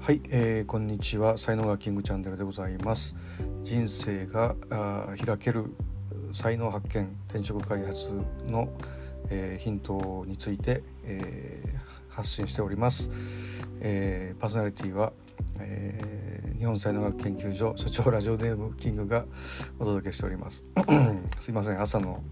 はい、こんにちは。才能がキングチャンネルでございます。人生が開ける才能発見、転職開発の、ヒントについて、発信しております。パーソナリティは、日本才能学研究所所長ラジオネームキングがお届けしておりますすいません、朝の、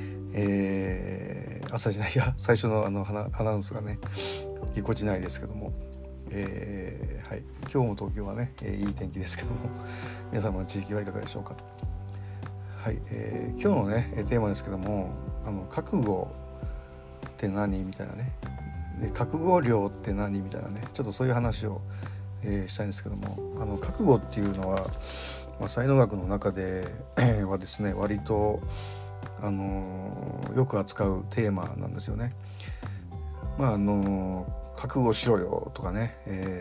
朝じゃないや最初のアナウンスがねぎこちないですけども、はい、今日も東京はね、いい天気ですけども皆様の地域はいかがでしょうか。はい、今日のねテーマですけども、覚悟って何みたいなね、で覚悟量って何みたいなね、ちょっとそういう話を、したいんですけども、覚悟っていうのは、才能学の中ではですね割と、よく扱うテーマなんですよね。覚悟しろよとかね、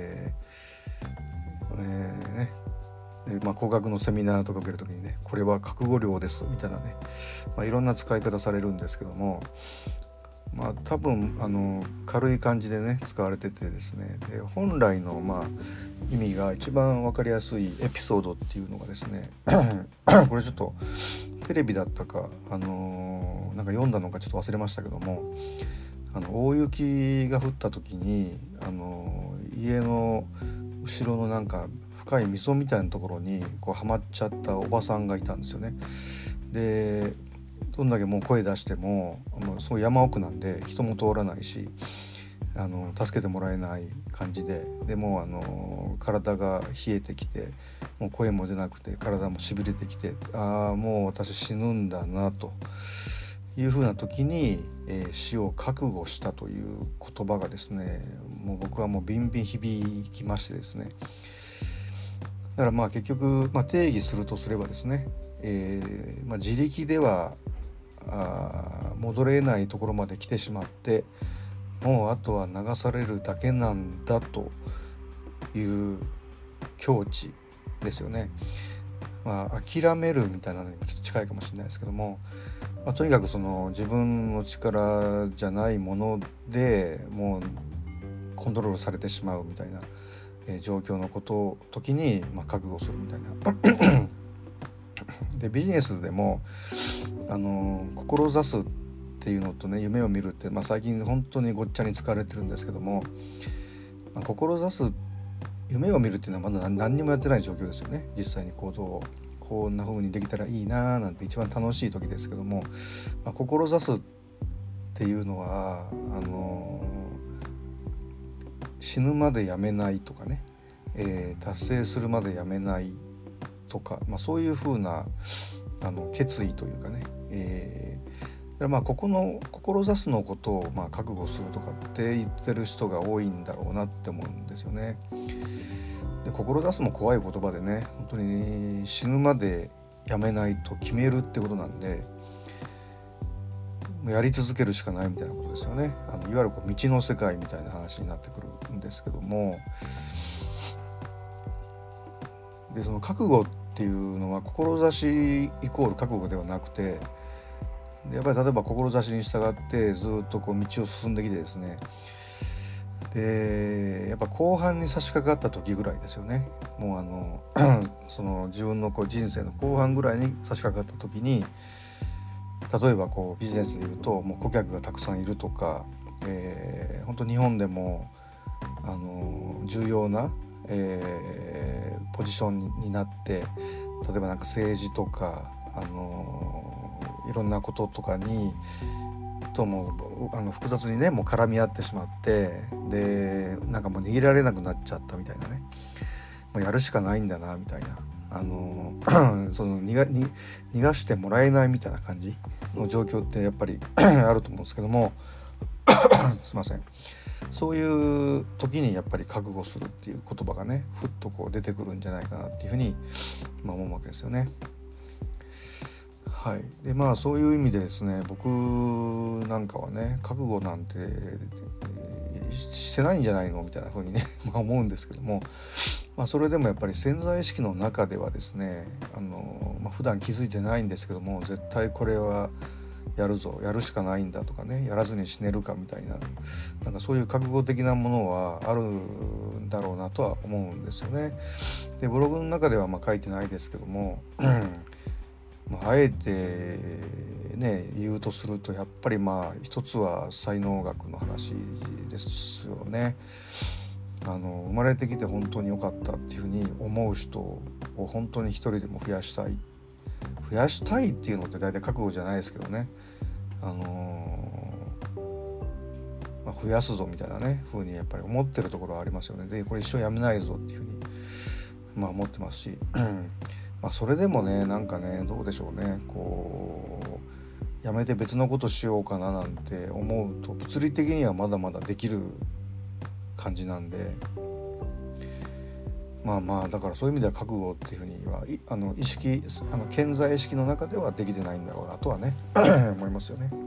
工学のセミナーとか受けるときにね、これは覚悟量ですみたいなね、いろんな使い方されるんですけども、多分軽い感じでね使われててですね、で本来の意味が一番分かりやすいエピソードっていうのがですねこれちょっとテレビだったか、なんか読んだのかちょっと忘れましたけども、大雪が降った時に家の後ろのなんか深い溝みたいなところにこうはまっちゃったおばさんがいたんですよね。でどんだけもう声出してもすごい山奥なんで人も通らないし、助けてもらえない感じで、でも体が冷えてきて、もう声も出なくて体もしびれてきて、もう私死ぬんだなというふうな時に、死を覚悟したという言葉がですね、もう僕はもうビンビン響きましてですね、だから結局、定義するとすればですね、自力では戻れないところまで来てしまって、もうあとは流されるだけなんだという境地ですよね。諦めるみたいなのにもちょっと近いかもしれないですけども、とにかくその自分の力じゃないものでもうコントロールされてしまうみたいな、状況の時に、覚悟するみたいなでビジネスでも志すっていうのとね、夢を見るって、最近本当にごっちゃに使われてるんですけども、志す夢を見るっていうのはまだ何にもやってない状況ですよね。実際に行動をこんな風にできたらいいななんて一番楽しい時ですけども、志すっていうのは死ぬまでやめないとかね、達成するまでやめないとか、そういう風な決意というかね、ここの志すのことを覚悟するとかって言ってる人が多いんだろうなって思うんですよね。で志すも怖い言葉でね、本当に死ぬまでやめないと決めるってことなんで、やり続けるしかないみたいなことですよね。いわゆる道の世界みたいな話になってくるんですけども、でその覚悟っていうのは志イコール覚悟ではなくて、やっぱり例えば志に従ってずっとこう道を進んできてですね、でやっぱ後半に差し掛かった時ぐらいですよね。もうその自分のこう人生の後半ぐらいに差し掛かった時に、例えばこうビジネスでいうともう顧客がたくさんいるとか、本当日本でも重要な、ポジションになって、例えばなんか政治とかいろんなこととかにとも複雑にねもう絡み合ってしまって、でなんかもう逃げられなくなっちゃったみたいなね、もうやるしかないんだなみたいな、その逃がしてもらえないみたいな感じの状況ってやっぱりあると思うんですけどもすいません、そういう時にやっぱり覚悟するっていう言葉がねふっとこう出てくるんじゃないかなっていうふうに思うわけですよね。はい、でそういう意味でですね、僕なんかはね覚悟なんて、してないんじゃないのみたいな風にね思うんですけども、それでもやっぱり潜在意識の中ではですね、普段気づいてないんですけども、絶対これはやるぞ、やるしかないんだとかね、やらずに死ねるかみたいな、なんかそういう覚悟的なものはあるんだろうなとは思うんですよね。でブログの中では書いてないですけどもあえてね言うとするとやっぱり一つは才能学の話ですよね。生まれてきて本当に良かったっていうふうに思う人を本当に一人でも増やしたいっていうのって大体覚悟じゃないですけどね、増やすぞみたいなね風にやっぱり思ってるところはありますよね。でこれ一生やめないぞっていうふうに思ってますしそれでもねどうでしょうね、やめて別のことしようかななんて思うと物理的にはまだまだできる感じなんで、だからそういう意味では覚悟っていうふうには意識顕在意識の中ではできてないんだろうなとはね思いますよね。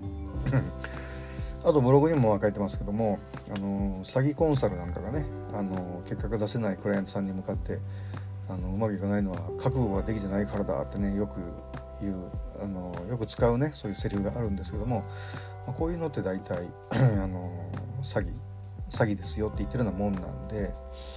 あとブログにも書いてますけども、詐欺コンサルなんかがね、結果が出せないクライアントさんに向かってうまくいかないのは覚悟ができてないからだってねよく言うよく使うねそういうセリフがあるんですけども、こういうのって大体詐欺ですよって言ってるようなもんなんで、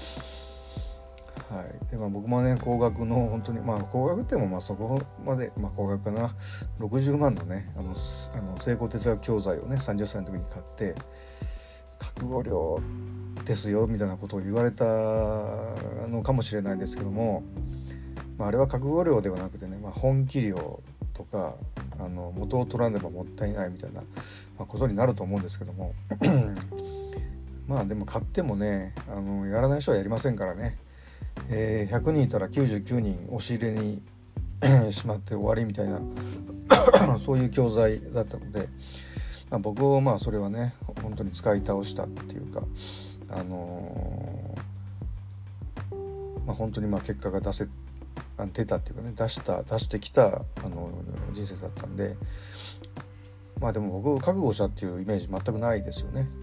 で僕もね高額の本当に高額ってもそこまで高額かな60万のね成功哲学教材をね30歳の時に買って覚悟量ですよみたいなことを言われたのかもしれないですけども、あれは覚悟量ではなくてね、本気量とか元を取らねばもったいないみたいな、ことになると思うんですけどもでも買ってもねやらない人はやりませんからね、100人いたら99人押し入れにしまって終わりみたいなそういう教材だったので、僕をそれはね本当に使い倒したっていうか本当に結果が出たっていうかね出してきた人生だったんで、でも僕覚悟したっていうイメージ全くないですよね。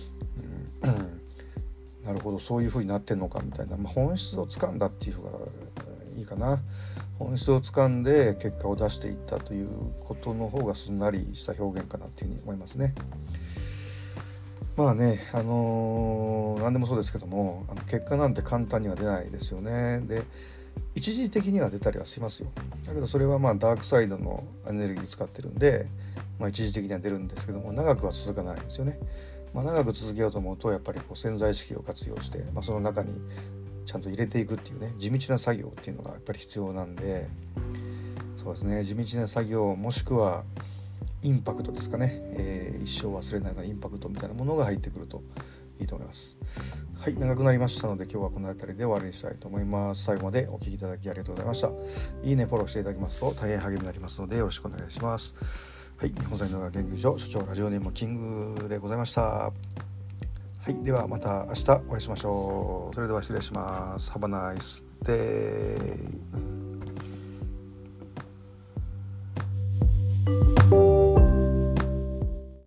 なるほどそういう風になってんのかみたいな、本質をつかんだっていう方がいいかな。本質をつかんで結果を出していったということの方がすんなりした表現かなっていうふうに思いますね。何でもそうですけども結果なんて簡単には出ないですよね。で一時的には出たりはしますよ。だけどそれはダークサイドのエネルギー使ってるんで、一時的には出るんですけども長くは続かないですよね。長く続けようと思うとやっぱり潜在意識を活用して、その中にちゃんと入れていくっていうね地道な作業っていうのがやっぱり必要なんで、そうですね地道な作業もしくはインパクトですかね、一生忘れないようなインパクトみたいなものが入ってくるといいと思います。はい、長くなりましたので今日はこの辺りで終わりにしたいと思います。最後までお聞きいただきありがとうございました。いいねフォローしていただきますと大変励みになりますのでよろしくお願いします。はい、日本才能学研究所所長ラジオネームキングでございました。はい、ではまた明日お会いしましょう。それでは失礼します。Have a nice day.